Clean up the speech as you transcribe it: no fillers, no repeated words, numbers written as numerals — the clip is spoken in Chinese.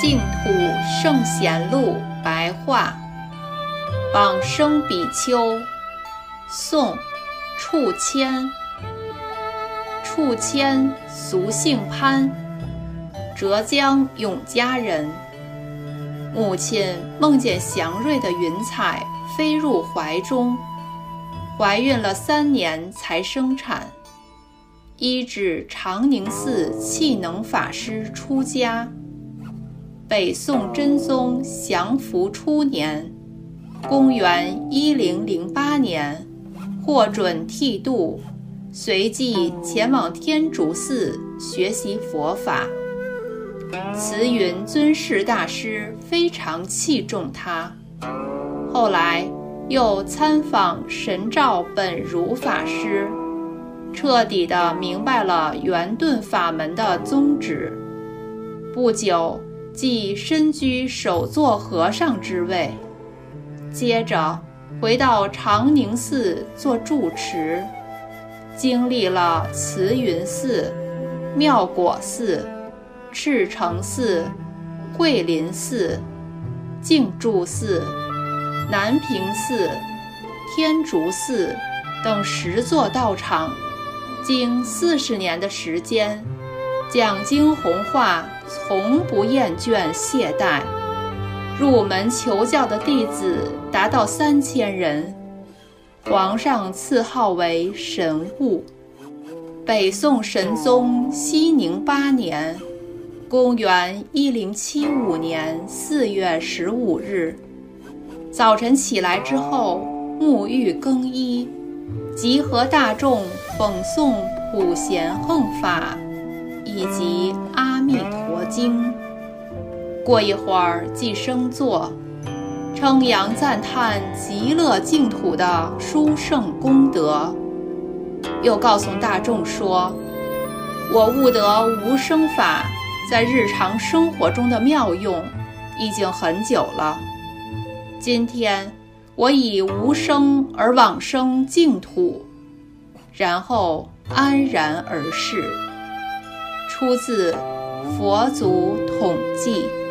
净土圣贤录白话，往生比丘，宋，处谦。处谦，俗姓潘，浙江永嘉人。母亲梦见祥瑞的云彩飞入怀中，怀孕了3年才生产。依止长宁寺契能法师出家。北宋真宗祥符初年，公元1008年，获准剃度，随即前往天竺寺学习佛法。慈云尊士大师非常器重他，后来又参访神照本如法师，彻底地明白了圆顿法门的宗旨。不久即身居首座和尚之位，接着回到长宁寺做住持，经历了慈云寺、妙果寺、赤城寺、慧林寺、净住寺、南平寺、天竺寺等10座道场，经40年的时间，讲经弘化从不厌倦懈怠，入门求教的弟子达到3000人，皇上赐号为神物。北宋神宗熙宁8年，公元1075年4月15日，早晨起来之后，沐浴更衣，集合大众讽诵普贤横法以及阿弥陀经。过一会儿即升座，称扬赞叹极乐净土的殊胜功德，又告诉大众说，我悟得无生法在日常生活中的妙用已经很久了，今天我以无生而往生净土，然后安然而逝。出自《佛祖统记》。